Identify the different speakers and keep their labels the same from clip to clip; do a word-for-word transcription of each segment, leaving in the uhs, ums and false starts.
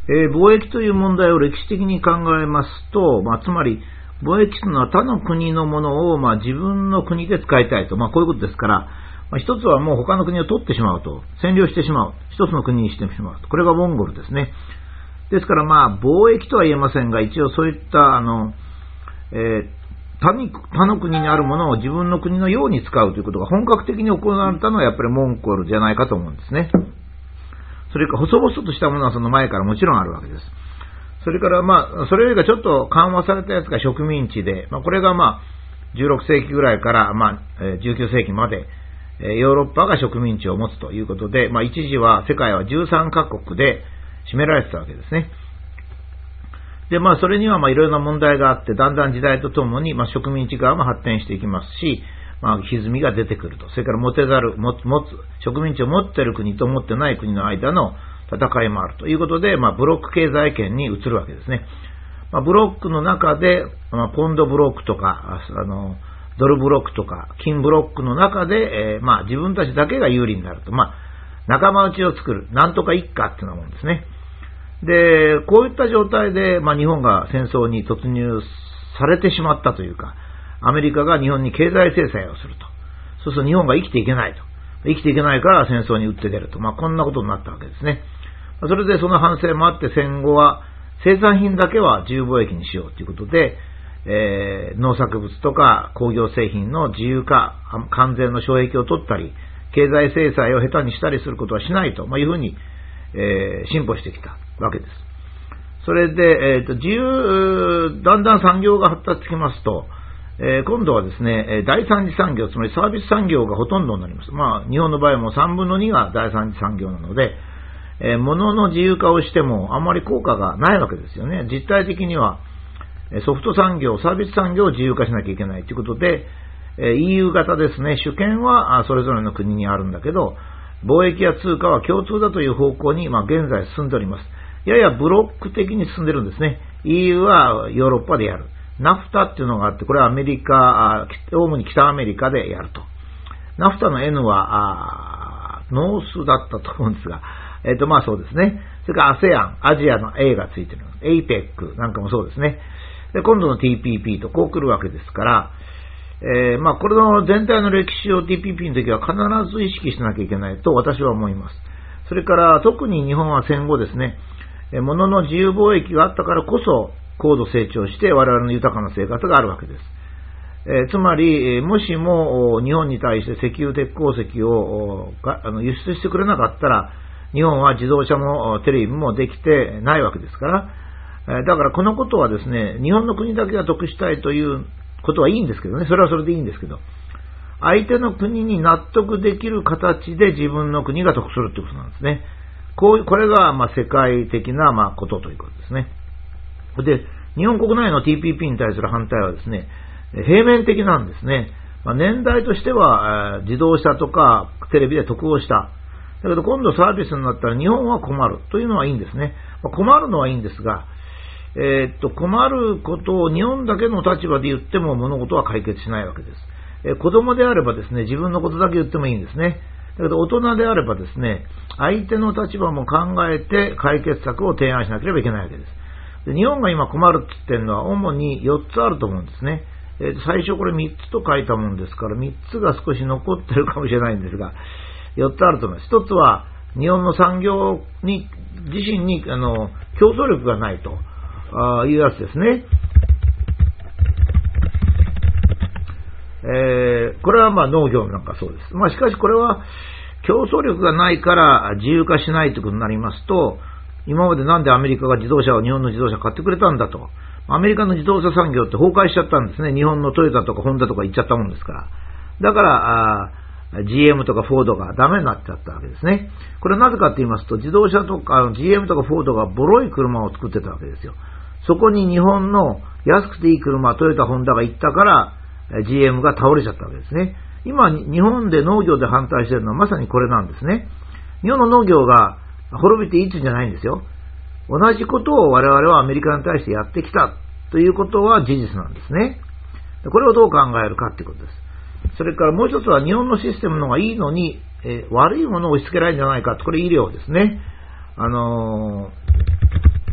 Speaker 1: えー、貿易という問題を歴史的に考えますと、まあ、つまり貿易というのは他の国のものを、まあ、自分の国で使いたいと、まあ、こういうことですから、まあ、一つはもう他の国を取ってしまうと、占領してしまう、一つの国にしてしまうと、これがモンゴルですね。ですからまあ貿易とは言えませんが、一応そういったあの、えー、他に他の国にあるものを自分の国のように使うということが本格的に行われたのはやっぱりモンゴルじゃないかと思うんですね。それから細々としたものはその前からもちろんあるわけです。それからまあそれよりかちょっと緩和されたやつが植民地で、まあ、これがまあじゅうろくせいきぐらいからまあじゅうきゅうせいきまでヨーロッパが植民地を持つということで、まあ、一時は世界はじゅうさんかこくで占められてたわけですね。で、まあ、それにはまあいろいろな問題があって、だんだん時代とともにまあ植民地側も発展していきますし、まあ、歪みが出てくると。それから持てざる、持つ、植民地を持っている国と持ってない国の間の戦いもあるということで、まあ、ブロック経済圏に移るわけですね。まあ、ブロックの中で、まあ、ポンドブロックとか、あの、ドルブロックとか、金ブロックの中で、えー、まあ、自分たちだけが有利になると。まあ、仲間内を作る。なんとか一家っていうようなもんですね。で、こういった状態で、まあ、日本が戦争に突入されてしまったというか、アメリカが日本に経済制裁をすると。そうすると日本が生きていけないと。生きていけないから戦争に打って出ると。まあ、こんなことになったわけですね。それでその反省もあって戦後は生産品だけは自由貿易にしようということで、えー、農作物とか工業製品の自由化、関税の障壁を取ったり、経済制裁を下手にしたりすることはしないと、まあ、いうふうに、えー、進歩してきたわけです。それで、えーと、自由、だんだん産業が発達してきますと、えー、今度はですね、第三次産業、つまりサービス産業がほとんどになります。まあ、日本の場合もさんぶんのにが第三次産業なので、えー、物の自由化をしてもあんまり効果がないわけですよね。実態的には、ソフト産業、サービス産業を自由化しなきゃいけないということで、イーユー 型ですね、主権はそれぞれの国にあるんだけど、貿易や通貨は共通だという方向に、まあ、現在進んでおります。ややブロック的に進んでるんですね。イーユー はヨーロッパでやる。ナフタっていうのがあって、これはアメリカ、主に北アメリカでやると。ナフタの N は、ノースだったと思うんですが、えっと、まあそうですね。それから アセアン、アジアの A がついてる。エイペック なんかもそうですね。で、今度の ティーピーピー とこう来るわけですから、えー、まあこれの全体の歴史を ティーピーピー の時は必ず意識しなきゃいけないと私は思います。それから特に日本は戦後ですね、物の自由貿易があったからこそ高度成長して我々の豊かな生活があるわけです。えー、つまり、もしも日本に対して石油鉄鉱石をあの輸出してくれなかったら、日本は自動車もテレビもできてないわけですから、だからこのことはですね、日本の国だけが得したいということはいいんですけどね、それはそれでいいんですけど、相手の国に納得できる形で自分の国が得するということなんですね。こうこれがまあ世界的なまあことということですね。で、日本国内の ティーピーピー に対する反対はですね、平面的なんですね。まあ、年代としては自動車とかテレビで得をした。だけど今度サービスになったら日本は困るというのはいいんですね。まあ、困るのはいいんですが、えー、っと困ることを日本だけの立場で言っても物事は解決しないわけです。えー、子供であればですね、自分のことだけ言ってもいいんですね。だけど大人であればですね、相手の立場も考えて解決策を提案しなければいけないわけです。で、日本が今困るって言ってるのは主によっつあると思うんですね。えー、と最初これみっつと書いたもんですからみっつが少し残ってるかもしれないんですが、よっつあると思います。ひとつは日本の産業に自身にあの競争力がないとあいうやつですね。えー、これはまあ農業なんかそうです。まあしかしこれは競争力がないから自由化しないということになりますと、今までなんでアメリカが自動車を日本の自動車買ってくれたんだと。アメリカの自動車産業って崩壊しちゃったんですね。日本のトヨタとかホンダとか行っちゃったもんですから。だからあ ジーエム とかフォードがダメになっちゃったわけですね。これはなぜかと言いますと、自動車とか ジーエム とかフォードがボロい車を作ってたわけですよ。そこに日本の安くていい車、トヨタ、ホンダが行ったから ジーエム が倒れちゃったわけですね。今日本で農業で反対しているのはまさにこれなんですね。日本の農業が滅びていいってんじゃないんですよ。同じことを我々はアメリカに対してやってきたということは事実なんですね。これをどう考えるかということです。それからもう一つは日本のシステムの方がいいのに、えー、悪いものを押し付けられるんじゃないかと。これ医療ですね。あのー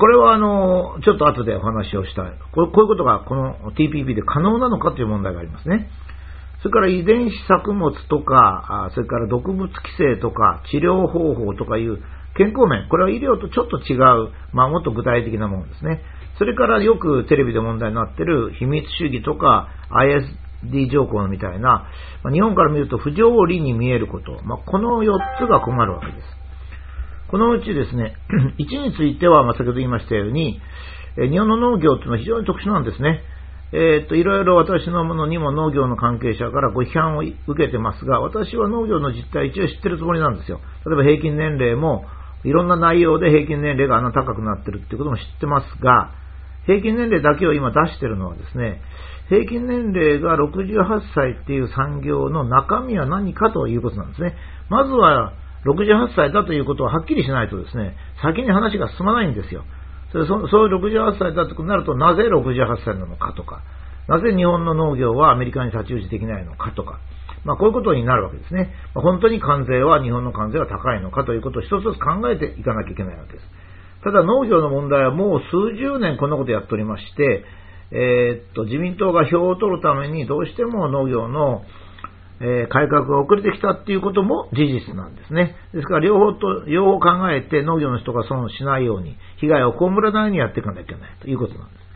Speaker 1: これはあの、ちょっと後でお話をしたい。こういうことがこの ティーピーピー で可能なのかという問題がありますね。それから遺伝子作物とか、それから毒物規制とか、治療方法とかいう健康面、これは医療とちょっと違う、まあもっと具体的なものですね。それからよくテレビで問題になっている秘密主義とか アイエスディー 条項みたいな、まあ、日本から見ると不条理に見えること、まあ、このよっつが困るわけです。このうちですね、いちについては、まあ、先ほど言いましたように、え日本の農業というのは非常に特殊なんですね。えー、っと、いろいろ私のものにも農業の関係者からご批判を受けてますが、私は農業の実態一応知ってるつもりなんですよ。例えば平均年齢も、いろんな内容で平均年齢があんな高くなってるっていうことも知ってますが、平均年齢だけを今出しているのはですね、平均年齢がろくじゅうはっさいっていう産業の中身は何かということなんですね。まずはろくじゅうはっさいだということをはっきりしないとですね、先に話が進まないんですよ。それそそういうろくじゅうはっさいだとなると、なぜろくじゅうはっさいなのかとか、なぜ日本の農業はアメリカに太刀打ちできないのかとか、まあこういうことになるわけですね。まあ、本当に関税は、日本の関税は高いのかということを一つずつ考えていかなきゃいけないわけです。ただ農業の問題はもう数十年こんなことやっておりまして、えー、っと自民党が票を取るためにどうしても農業の、えー、改革が遅れてきたっていうことも事実なんですね。ですから両方と両方考えて農業の人が損しないように、被害を被らないようにやっていかなきゃいけないということなんです。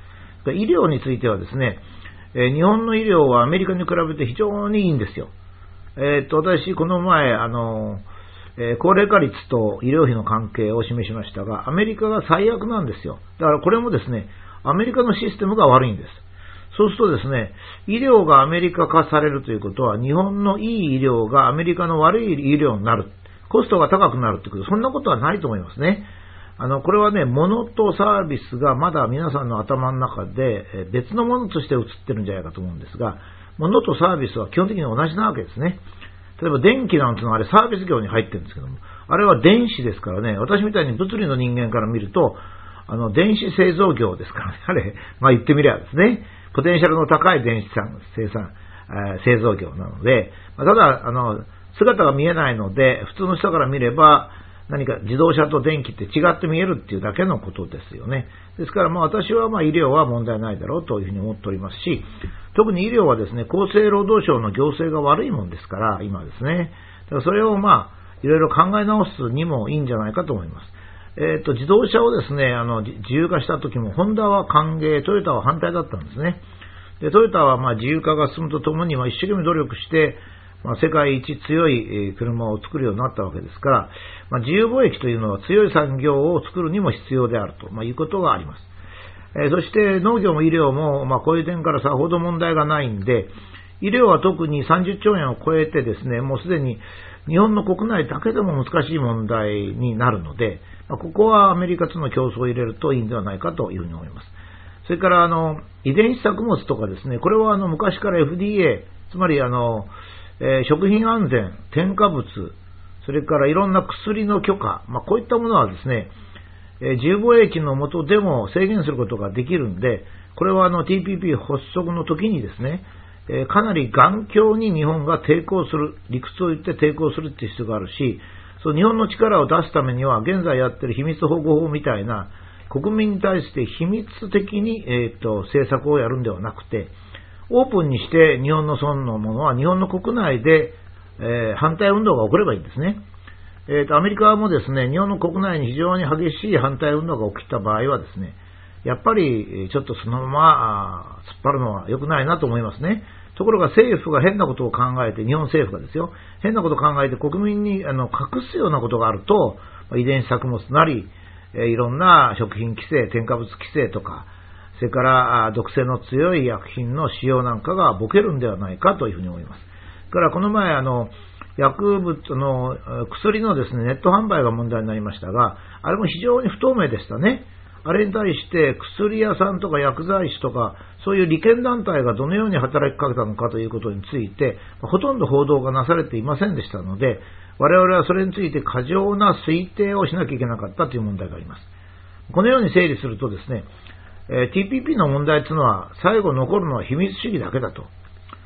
Speaker 1: 医療についてはですね、えー、日本の医療はアメリカに比べて非常にいいんですよ。えー、っと私この前あのえー、高齢化率と医療費の関係を示しましたが、アメリカが最悪なんですよ。だからこれもですね、アメリカのシステムが悪いんです。そうするとですね、医療がアメリカ化されるということは、日本のいい医療がアメリカの悪い医療になる。コストが高くなるということ、そんなことはないと思いますね。あの、これはね、物とサービスがまだ皆さんの頭の中で別のものとして映ってるんじゃないかと思うんですが、物とサービスは基本的に同じなわけですね。例えば電気なんていうのはあれサービス業に入ってるんですけども、あれは電子ですからね、私みたいに物理の人間から見ると、あの、電子製造業ですからね、あれ、まあ言ってみればですね、ポテンシャルの高い電子生産、えー、製造業なので、まあ、ただ、あの、姿が見えないので、普通の人から見れば、何か自動車と電気って違って見えるっていうだけのことですよね。ですからまあ私はまあ医療は問題ないだろうというふうに思っておりますし、特に医療はですね、厚生労働省の行政が悪いもんですから、今ですね。だからそれをまあいろいろ考え直すにもいいんじゃないかと思います。えっと、自動車をですね、あの、自由化した時も、ホンダは歓迎、トヨタは反対だったんですね。で、トヨタはまあ自由化が進むとともに、まあ一生懸命努力して、まあ、世界一強い車を作るようになったわけですから、まあ、自由貿易というのは強い産業を作るにも必要であると、まあ、いうことがあります。えー、そして農業も医療も、まあ、こういう点からさほど問題がないんで、医療は特にさんじゅっちょうえんを超えてですね、もうすでに日本の国内だけでも難しい問題になるので、まあ、ここはアメリカとの競争を入れるといいんではないかというふうに思います。それからあの遺伝子作物とかですね、これはあの昔から エフディーエー、つまりあのえー、食品安全、添加物、それからいろんな薬の許可、まあ、こういったものはですね、えー、自由貿易の下でも制限することができるんで、これはあの ティーピーピー 発足の時にですね、えー、かなり頑強に日本が抵抗する、理屈を言って抵抗するっていう必要があるし、そう日本の力を出すためには現在やってる秘密保護法みたいな国民に対して秘密的に、えー、と政策をやるんではなくて、オープンにして日本の損のものは日本の国内で、えー、反対運動が起こればいいんですね。えーと、アメリカもですね、日本の国内に非常に激しい反対運動が起きた場合はですね、やっぱりちょっとそのまま突っ張るのは良くないなと思いますね。ところが政府が変なことを考えて、日本政府がですよ、変なことを考えて国民にあの隠すようなことがあると、遺伝子作物なり、えー、いろんな食品規制、添加物規制とか、それから毒性の強い薬品の使用なんかがボケるんではないかというふうに思います。それからこの前あの薬物の薬のですねネット販売が問題になりましたが、あれも非常に不透明でしたね。あれに対して薬屋さんとか薬剤師とかそういう利権団体がどのように働きかけたのかということについてほとんど報道がなされていませんでしたので、我々はそれについて過剰な推定をしなきゃいけなかったという問題があります。このように整理するとですね、ティーピーピー の問題というのは最後残るのは秘密主義だけだと。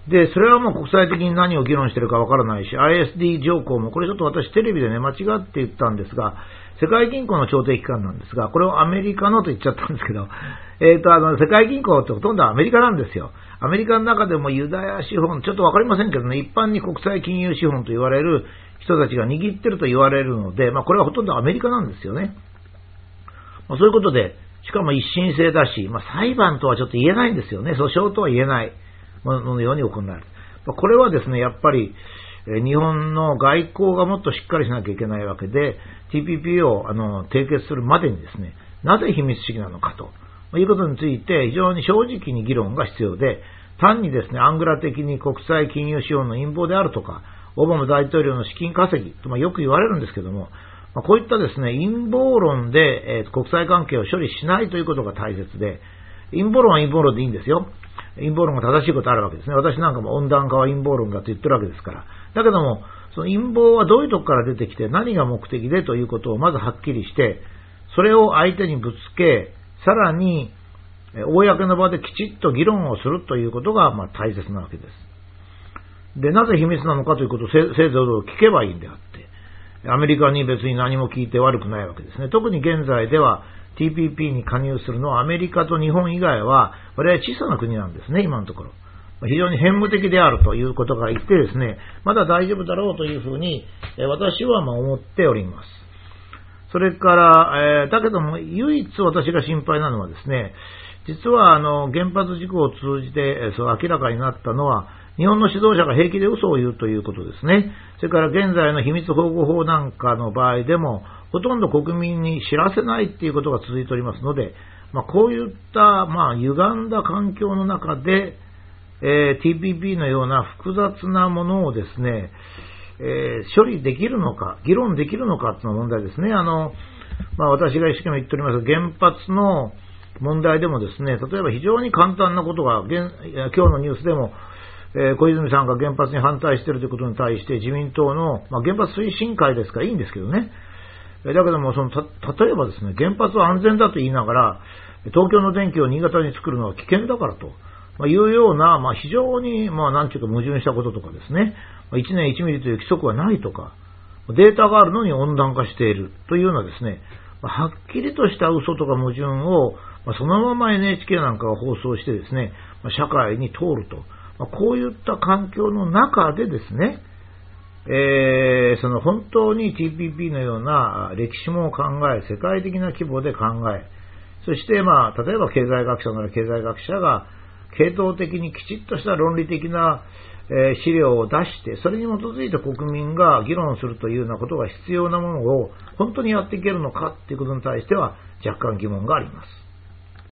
Speaker 1: で、それはもう国際的に何を議論しているかわからないし、アイエスディー 条項も、これちょっと私テレビでね、間違って言ったんですが、世界銀行の調停機関なんですが、これをアメリカのと言っちゃったんですけど、えっと、あの、世界銀行ってほとんどアメリカなんですよ。アメリカの中でもユダヤ資本、ちょっとわかりませんけどね、一般に国際金融資本と言われる人たちが握ってると言われるので、まあこれはほとんどアメリカなんですよね。まあ、そういうことで、しかも一審制だし、まあ裁判とはちょっと言えないんですよね。訴訟とは言えないもののように行われる。まあ、これはですね、やっぱり、日本の外交がもっとしっかりしなきゃいけないわけで、ティーピーピー をあの締結するまでにですね、なぜ秘密主義なのかということについて非常に正直に議論が必要で、単にですね、アングラ的に国際金融資本の陰謀であるとか、オバマ大統領の資金稼ぎと、まあ、よく言われるんですけども、まあ、こういったですね、陰謀論で、えー、国際関係を処理しないということが大切で、陰謀論は陰謀論でいいんですよ。陰謀論が正しいことあるわけですね。私なんかも温暖化は陰謀論だと言ってるわけですから。だけども、その陰謀はどういうとこから出てきて何が目的でということをまずはっきりして、それを相手にぶつけ、さらに公の場できちっと議論をするということがまあ大切なわけです。で、なぜ秘密なのかということをせいぜい聞けばいいんであって、アメリカに別に何も聞いて悪くないわけですね。特に現在では、ティーピーピー に加入するのはアメリカと日本以外は我々小さな国なんですね、今のところ。非常に偏無的であるということが言ってですね、まだ大丈夫だろうというふうに私はまあ思っております。それから、えー、だけども唯一私が心配なのはですね、実はあの原発事故を通じてそう明らかになったのは、日本の指導者が平気で嘘を言うということですね。それから現在の秘密保護法なんかの場合でも、ほとんど国民に知らせないということが続いておりますので、まあ、こういった、まあ、歪んだ環境の中で、えー、ティーピーピー のような複雑なものをですね、えー、処理できるのか、議論できるのかというの問題ですね。あの、まあ、私が一生懸命言っております原発の問題でもですね、例えば非常に簡単なことが、現今日のニュースでも、えー、小泉さんが原発に反対しているということに対して自民党の、まあ、原発推進会ですからいいんですけどね。だけどもそのた、例えばですね、原発は安全だと言いながら、東京の電気を新潟に作るのは危険だからと、まあ、いうような、まあ、非常に、まあ、なんていうか矛盾したこととかですね、いちねんいちミリという規則はないとか、データがあるのに温暖化しているというようなですね、はっきりとした嘘とか矛盾を、まあ、そのまま エヌエイチケー なんかが放送してですね、まあ、社会に通ると、まあ、こういった環境の中でですね、えー、その本当に ティーピーピー のような歴史も考え、世界的な規模で考え、そしてまあ例えば経済学者なら経済学者が系統的にきちっとした論理的な、えー、資料を出して、それに基づいて国民が議論するというようなことが必要なものを本当にやっていけるのかということに対しては若干疑問があります。